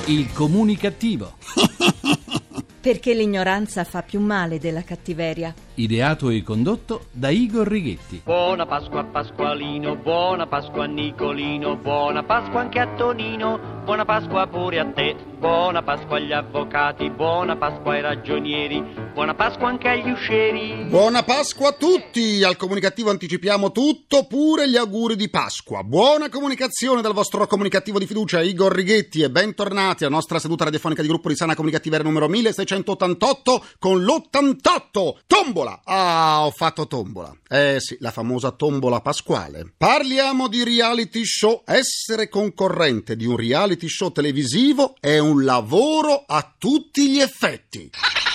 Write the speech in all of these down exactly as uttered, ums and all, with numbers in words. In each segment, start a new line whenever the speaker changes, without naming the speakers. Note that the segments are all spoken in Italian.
Il comunicativo.
Perché l'ignoranza fa più male della cattiveria.
Ideato e condotto da Igor Righetti.
Buona Pasqua a Pasqualino, buona Pasqua a Nicolino, buona Pasqua anche a Tonino, buona Pasqua pure a te, buona Pasqua agli avvocati, buona Pasqua ai ragionieri, buona Pasqua anche agli uscieri.
Buona Pasqua a tutti! Al comunicativo anticipiamo tutto, pure gli auguri di Pasqua. Buona comunicazione dal vostro comunicativo di fiducia, Igor Righetti, e bentornati alla nostra seduta radiofonica di gruppo di Sana Comunicativa numero milleseicentottantotto con l'ottantotto. Tombola! Ah, ho fatto tombola. Eh sì, la famosa tombola pasquale. Parliamo di reality show. Essere concorrente di un reality show televisivo è un lavoro a tutti gli effetti.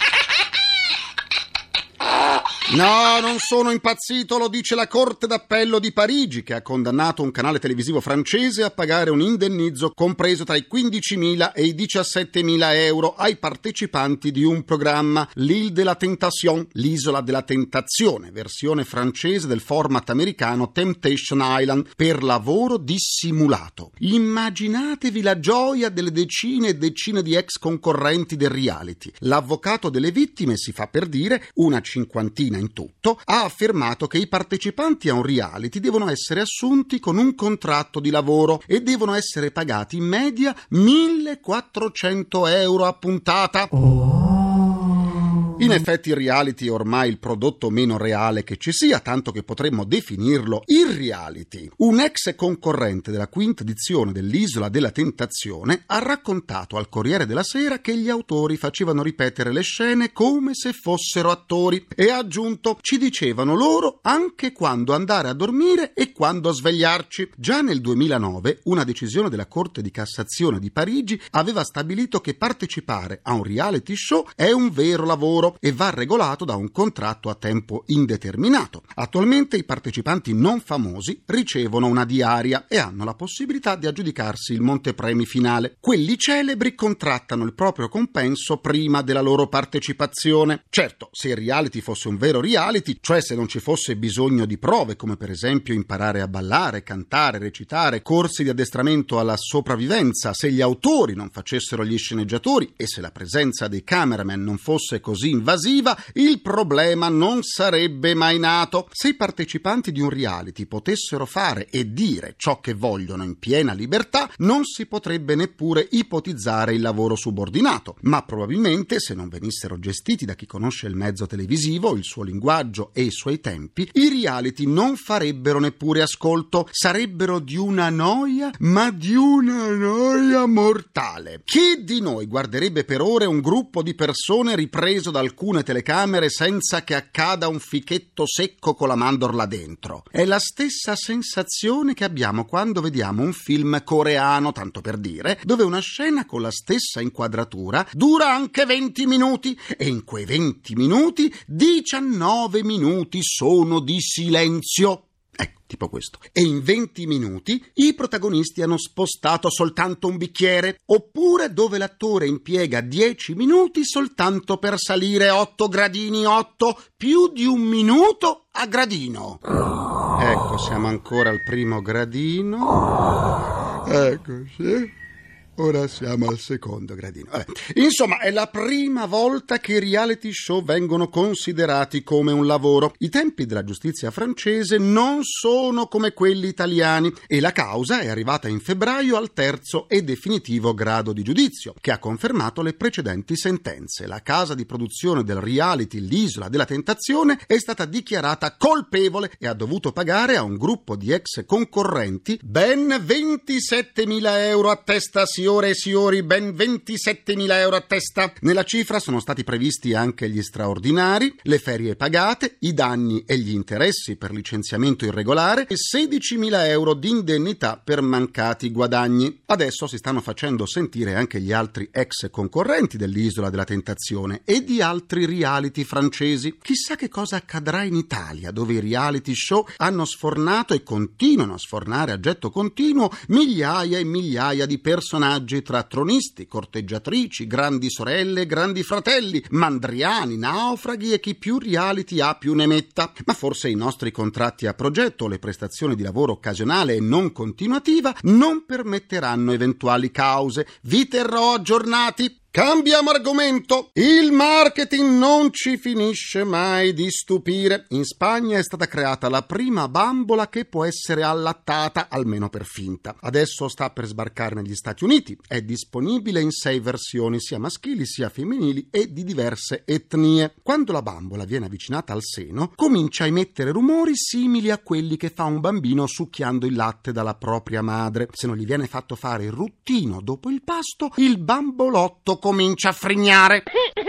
No, non sono impazzito, lo dice la Corte d'Appello di Parigi, che ha condannato un canale televisivo francese a pagare un indennizzo compreso tra i quindicimila e i diciassettemila euro ai partecipanti di un programma, L'Île de la Tentation, l'isola della tentazione, versione francese del format americano Temptation Island, per lavoro dissimulato. Immaginatevi la gioia delle decine e decine di ex concorrenti del reality. L'avvocato delle vittime, si fa per dire, una cinquantina in tutto, ha affermato che i partecipanti a un reality devono essere assunti con un contratto di lavoro e devono essere pagati in media millequattrocento euro a puntata. Oh. In effetti il reality è ormai il prodotto meno reale che ci sia, tanto che potremmo definirlo irreality. Un ex concorrente della quinta edizione dell'Isola della Tentazione ha raccontato al Corriere della Sera che gli autori facevano ripetere le scene come se fossero attori e ha aggiunto: ci dicevano loro anche quando andare a dormire e quando svegliarci. Già nel duemilanove una decisione della Corte di Cassazione di Parigi aveva stabilito che partecipare a un reality show è un vero lavoro e va regolato da un contratto a tempo indeterminato. Attualmente i partecipanti non famosi ricevono una diaria e hanno la possibilità di aggiudicarsi il montepremi finale. Quelli celebri contrattano il proprio compenso prima della loro partecipazione. Certo, se il reality fosse un vero reality, cioè se non ci fosse bisogno di prove, come per esempio imparare a ballare, cantare, recitare, corsi di addestramento alla sopravvivenza, se gli autori non facessero gli sceneggiatori e se la presenza dei cameraman non fosse così invasiva, il problema non sarebbe mai nato. Se i partecipanti di un reality potessero fare e dire ciò che vogliono in piena libertà, non si potrebbe neppure ipotizzare il lavoro subordinato, ma probabilmente se non venissero gestiti da chi conosce il mezzo televisivo, il suo linguaggio e i suoi tempi, i reality non farebbero neppure ascolto, sarebbero di una noia, ma di una noia mortale. Chi di noi guarderebbe per ore un gruppo di persone ripreso da alcune telecamere senza che accada un fichetto secco con la mandorla dentro? È la stessa sensazione che abbiamo quando vediamo un film coreano, tanto per dire, dove una scena con la stessa inquadratura dura anche venti minuti e in quei venti minuti diciannove minuti sono di silenzio. Tipo questo. E in venti minuti i protagonisti hanno spostato soltanto un bicchiere, oppure dove l'attore impiega dieci minuti soltanto per salire otto gradini, otto, più di un minuto a gradino. Ecco, siamo ancora al primo gradino. Ecco, sì. Ora siamo al secondo gradino. Vabbè. Insomma, è la prima volta che i reality show vengono considerati come un lavoro. I tempi della giustizia francese non sono come quelli italiani e la causa è arrivata in febbraio al terzo e definitivo grado di giudizio, che ha confermato le precedenti sentenze. La casa di produzione del reality L'Isola della Tentazione è stata dichiarata colpevole e ha dovuto pagare a un gruppo di ex concorrenti ben ventisettemila euro a testa. Signore e signori, ben ventisettemila euro a testa. Nella cifra sono stati previsti anche gli straordinari, le ferie pagate, i danni e gli interessi per licenziamento irregolare e sedicimila euro di indennità per mancati guadagni. Adesso si stanno facendo sentire anche gli altri ex concorrenti dell'Isola della Tentazione e di altri reality francesi. Chissà che cosa accadrà in Italia, dove i reality show hanno sfornato e continuano a sfornare a getto continuo migliaia e migliaia di personaggi personaggi tra tronisti, corteggiatrici, grandi sorelle, grandi fratelli, mandriani, naufraghi e chi più reality ha più ne metta. Ma forse i nostri contratti a progetto, le prestazioni di lavoro occasionale e non continuativa non permetteranno eventuali cause. Vi terrò aggiornati. Cambiamo argomento. Il marketing non ci finisce mai di stupire. In Spagna è stata creata la prima bambola che può essere allattata, almeno per finta. Adesso sta per sbarcare negli Stati Uniti. È disponibile in sei versioni, sia maschili sia femminili e di diverse etnie. Quando la bambola viene avvicinata al seno, comincia a emettere rumori simili a quelli che fa un bambino succhiando il latte dalla propria madre. Se non gli viene fatto fare il ruttino dopo il pasto, il bambolotto comincia a frignare.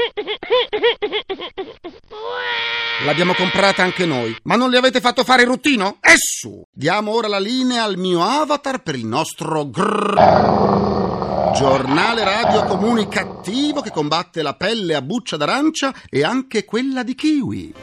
L'abbiamo comprata anche noi, ma non le avete fatto fare il ruttino? E su! Diamo ora la linea al mio avatar per il nostro grrr, giornale radio comunicativo che combatte la pelle a buccia d'arancia e anche quella di kiwi.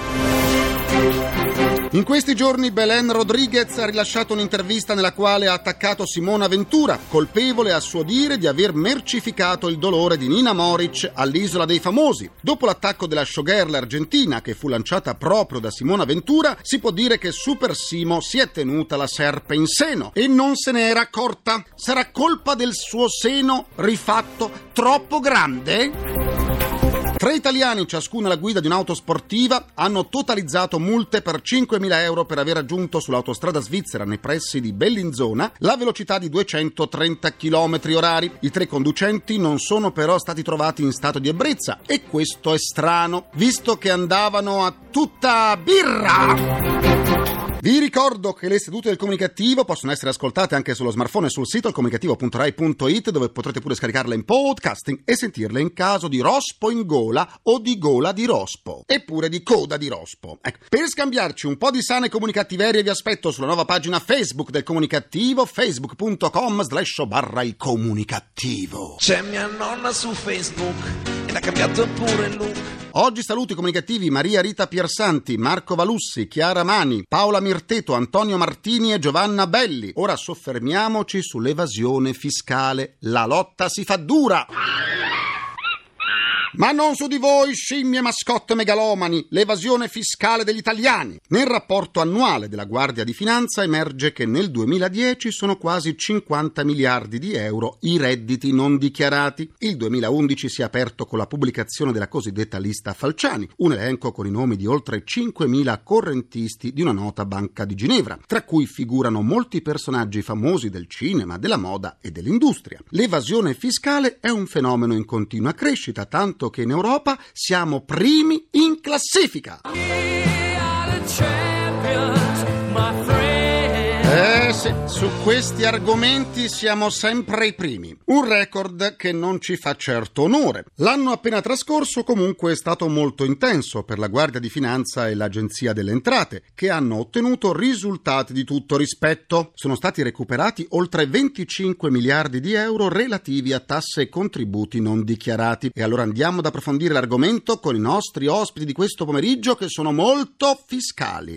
In questi giorni Belén Rodríguez ha rilasciato un'intervista nella quale ha attaccato Simona Ventura, colpevole a suo dire di aver mercificato il dolore di Nina Moric all'Isola dei Famosi. Dopo l'attacco della showgirl argentina, che fu lanciata proprio da Simona Ventura, si può dire che Super Simo si è tenuta la serpe in seno e non se ne era accorta. Sarà colpa del suo seno rifatto troppo grande? Tre italiani, ciascuno alla guida di un'auto sportiva, hanno totalizzato multe per cinquemila euro per aver raggiunto sull'autostrada svizzera nei pressi di Bellinzona la velocità di duecentotrenta chilometri orari. I tre conducenti non sono però stati trovati in stato di ebbrezza e questo è strano, visto che andavano a tutta birra. Vi ricordo che le sedute del Comunicativo possono essere ascoltate anche sullo smartphone e sul sito alcomunicativo punto rai punto it, dove potrete pure scaricarle in podcasting e sentirle in caso di rospo in gola o di gola di rospo, eppure di coda di rospo. Ecco. Per scambiarci un po' di sane comunicattiverie vi aspetto sulla nuova pagina Facebook del Comunicativo, facebook punto com slash barra il comunicativo.
C'è mia nonna su Facebook e l'ha cambiato pure il look.
Oggi saluto i comunicativi Maria Rita Piersanti, Marco Valussi, Chiara Mani, Paola Mirteto, Antonio Martini e Giovanna Belli. Ora soffermiamoci sull'evasione fiscale. La lotta si fa dura! Ma non su di voi, scimmie mascotte megalomani, l'evasione fiscale degli italiani. Nel rapporto annuale della Guardia di Finanza emerge che nel duemiladieci sono quasi cinquanta miliardi di euro i redditi non dichiarati. Il duemilaundici si è aperto con la pubblicazione della cosiddetta lista Falciani, un elenco con i nomi di oltre cinquemila correntisti di una nota banca di Ginevra, tra cui figurano molti personaggi famosi del cinema, della moda e dell'industria. L'evasione fiscale è un fenomeno in continua crescita, tanto che in Europa siamo primi in classifica. Eh sì, su questi argomenti siamo sempre i primi. Un record che non ci fa certo onore. L'anno appena trascorso comunque è stato molto intenso per la Guardia di Finanza e l'Agenzia delle Entrate, che hanno ottenuto risultati di tutto rispetto. Sono stati recuperati oltre venticinque miliardi di euro relativi a tasse e contributi non dichiarati. E allora andiamo ad approfondire l'argomento con i nostri ospiti di questo pomeriggio, che sono molto fiscali.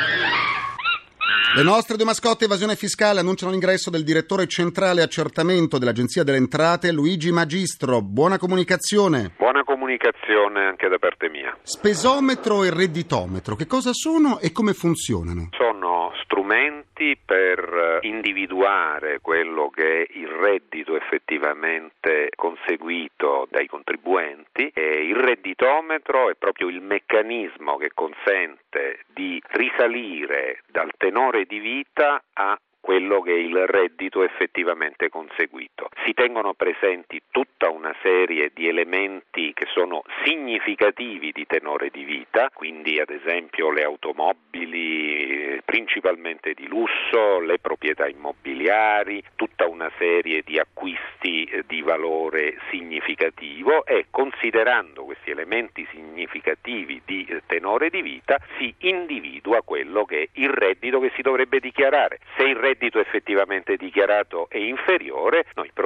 Le nostre due mascotte evasione fiscale annunciano l'ingresso del direttore centrale accertamento dell'Agenzia delle Entrate, Luigi Magistro. Buona comunicazione.
Buona comunicazione anche da parte mia.
Spesometro e redditometro, che cosa sono e come funzionano?
Sono strumenti per individuare quello che è il reddito effettivamente conseguito dai contribuenti, e il redditometro è proprio il meccanismo che consente di risalire dal tenore di vita a quello che è il reddito effettivamente conseguito. Si tengono presenti tutta una serie di elementi che sono significativi di tenore di vita, quindi ad esempio le automobili principalmente di lusso, le proprietà immobiliari, tutta una serie di acquisti di valore significativo, e considerando questi elementi significativi di tenore di vita si individua quello che è il reddito che si dovrebbe dichiarare. Se il reddito effettivamente dichiarato è inferiore, noi procediamo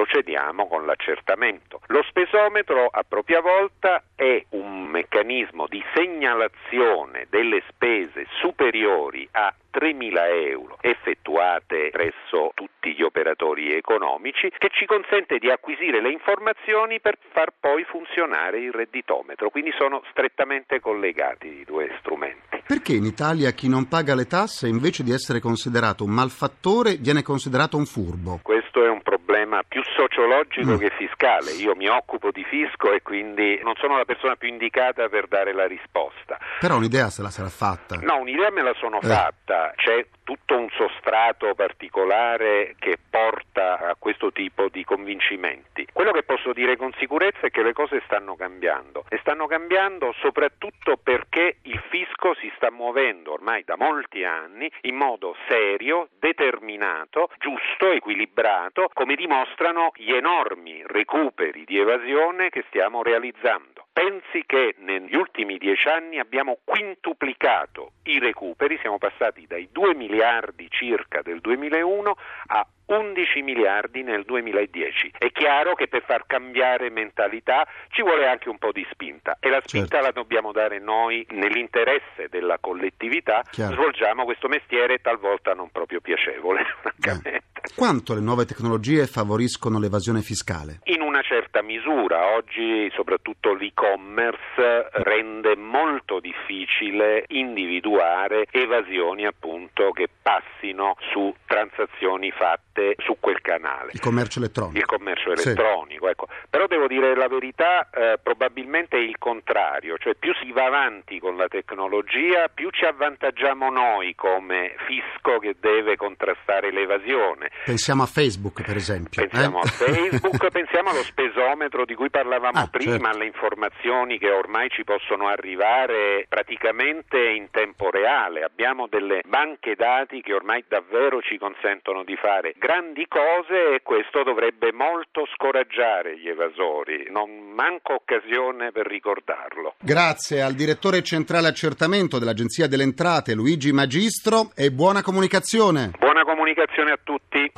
procediamo con l'accertamento. Lo spesometro a propria volta è un meccanismo di segnalazione delle spese superiori a tremila euro effettuate presso tutti gli operatori economici, che ci consente di acquisire le informazioni per far poi funzionare il redditometro, quindi sono strettamente collegati i due strumenti.
Perché in Italia chi non paga le tasse, invece di essere considerato un malfattore, viene considerato un furbo?
Questo è un problema più sociologico
mm.
che fiscale. Io mi occupo di fisco e quindi non sono la persona più indicata per dare la risposta.
Però un'idea se la sarà fatta.
No, un'idea me la sono
eh.
fatta. C'è tutto un sostrato particolare che porta a questo tipo di convincimenti. Quello che posso dire con sicurezza è che le cose stanno cambiando e stanno cambiando soprattutto perché il fisco si sta muovendo ormai da molti anni in modo serio, determinato, giusto, equilibrato, come dimostrano gli enormi recuperi di evasione che stiamo realizzando. Pensi che negli ultimi dieci anni abbiamo quintuplicato i recuperi, siamo passati dai due miliardi circa del duemilauno a undici miliardi nel duemiladieci. È chiaro che per far cambiare mentalità ci vuole anche un po' di spinta e la spinta certo. la dobbiamo dare noi nell'interesse della collettività. Chiaro. Svolgiamo questo mestiere talvolta non proprio piacevole, francamente.
Quanto le nuove tecnologie favoriscono l'evasione fiscale?
In una certa misura. Oggi soprattutto l'e-commerce rende molto difficile individuare evasioni appunto che passino su transazioni fatte su quel canale.
Il commercio elettronico.
Il commercio elettronico, sì. Ecco. Però devo dire la verità, eh, probabilmente è il contrario, cioè più si va avanti con la tecnologia, più ci avvantaggiamo noi come fisco che deve contrastare l'evasione.
Pensiamo a Facebook, per esempio.
Pensiamo
eh?
a Facebook, pensiamo allo spesometro di cui parlavamo
ah,
prima,
certo.
alle informazioni che ormai ci possono arrivare praticamente in tempo reale. Abbiamo delle banche dati che ormai davvero ci consentono di fare grandi cose e questo dovrebbe molto scoraggiare gli evasori. Non manca occasione per ricordarlo.
Grazie al direttore centrale accertamento dell'Agenzia delle Entrate, Luigi Magistro, e buona comunicazione.
Buona comunicazione a tutti.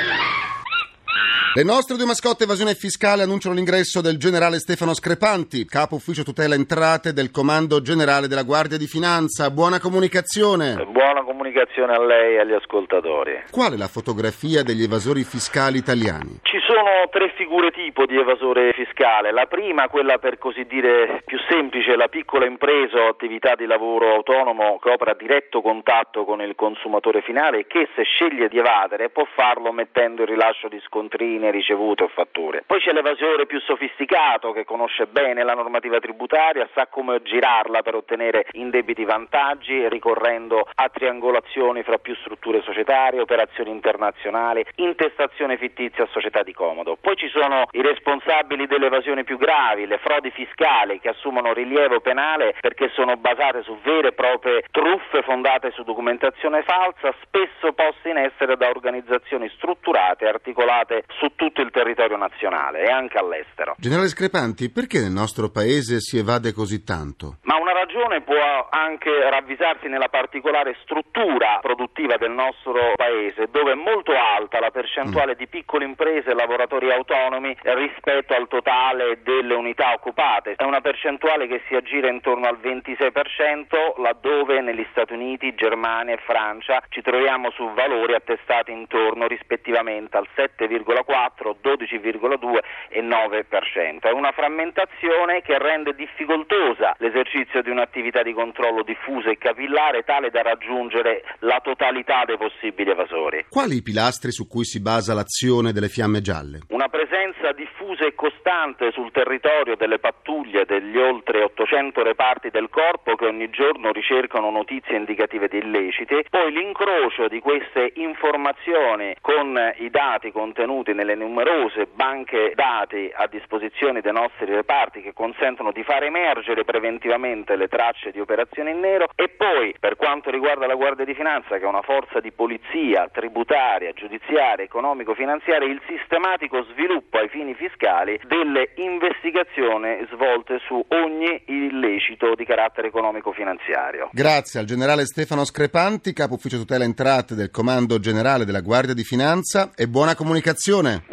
Le nostre due mascotte evasione fiscale annunciano l'ingresso del generale Stefano Screpanti, capo ufficio tutela entrate del Comando Generale della Guardia di Finanza. Buona comunicazione.
Buona comunicazione a lei e agli ascoltatori.
Qual è la fotografia degli evasori fiscali italiani?
Ci sono tre figure tipo di evasore fiscale. La prima, quella per così dire più semplice, la piccola impresa o attività di lavoro autonomo che opera a diretto contatto con il consumatore finale e che, se sceglie di evadere, può farlo mettendo il rilascio di scontrine, ricevute o fatture. Poi c'è l'evasore più sofisticato che conosce bene la normativa tributaria, sa come girarla per ottenere indebiti vantaggi ricorrendo a triangolazioni fra più strutture societarie, operazioni internazionali, intestazione fittizia a società di comodo. Poi ci sono i responsabili delle evasioni più gravi, le frodi fiscali che assumono rilievo penale perché sono basate su vere e proprie truffe fondate su documentazione falsa, spesso poste in essere da organizzazioni strutturate e articolate su tutto il territorio nazionale e anche all'estero.
Generale Screpanti, perché nel nostro paese si evade così tanto?
Ma una ragione può anche ravvisarsi nella particolare struttura produttiva del nostro paese, dove è molto alta la percentuale mm. di piccole imprese e lavoratori autonomi rispetto al totale delle unità occupate. È una percentuale che si aggira intorno al ventisei per cento, laddove negli Stati Uniti, Germania e Francia ci troviamo su valori attestati intorno rispettivamente al sette virgola quattro, dodici virgola due e nove per cento. È una frammentazione che rende difficoltosa l'esercizio di un'attività di controllo diffusa e capillare tale da raggiungere la totalità dei possibili evasori.
Quali i pilastri su cui si basa l'azione delle Fiamme Gialle?
Una presenza diffusa e costante sul territorio delle pattuglie degli oltre ottocento reparti del corpo che ogni giorno ricercano notizie indicative di illeciti, poi l'incrocio di queste informazioni con i dati contenuti nelle numerose banche dati a disposizione dei nostri reparti che consentono di far emergere preventivamente le tracce di operazioni in nero, e poi per quanto riguarda la Guardia di Finanza, che è una forza di polizia tributaria, giudiziaria, economico-finanziaria, il sistematico sviluppo ai fini fiscali delle investigazioni svolte su ogni illecito di carattere economico-finanziario.
Grazie al generale Stefano Screpanti, capo ufficio tutela entrate del Comando Generale della Guardia di Finanza, e buona comunicazione.
Buona comunicazione.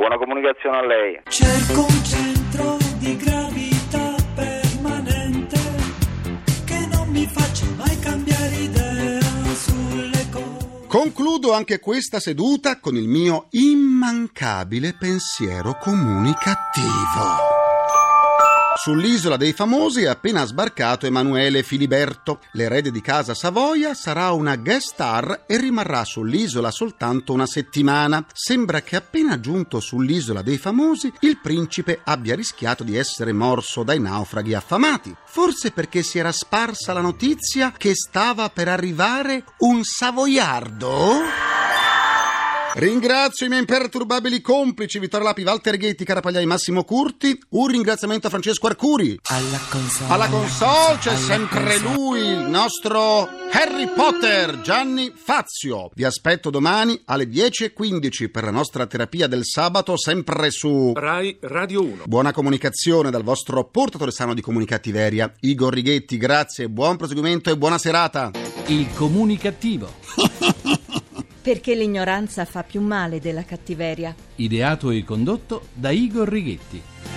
comunicazione a lei.
Cerco un centro di gravità permanente che non mi faccia mai cambiare idea sulle cose.
Concludo anche questa seduta con il mio immancabile pensiero comunicativo. Sull'isola dei famosi è appena sbarcato Emanuele Filiberto. L'erede di casa Savoia sarà una guest star e rimarrà sull'isola soltanto una settimana. Sembra che appena giunto sull'isola dei famosi il principe abbia rischiato di essere morso dai naufraghi affamati. Forse perché si era sparsa la notizia che stava per arrivare un savoiardo? Ringrazio i miei imperturbabili complici Vittorio Lapi, Walter Ghetti, Carapagliai, Massimo Curti. Un ringraziamento a Francesco Arcuri.
Alla console,
Alla console c'è
alla
sempre
console.
lui, il nostro Harry Potter, Gianni Fazio. Vi aspetto domani alle dieci e quindici per la nostra terapia del sabato, sempre su
Rai Radio uno.
Buona comunicazione dal vostro portatore sano di comunicattiveria, Igor Righetti. Grazie, buon proseguimento e buona serata.
Il comunicativo.
Perché l'ignoranza fa più male della cattiveria.
Ideato e condotto da Igor Righetti.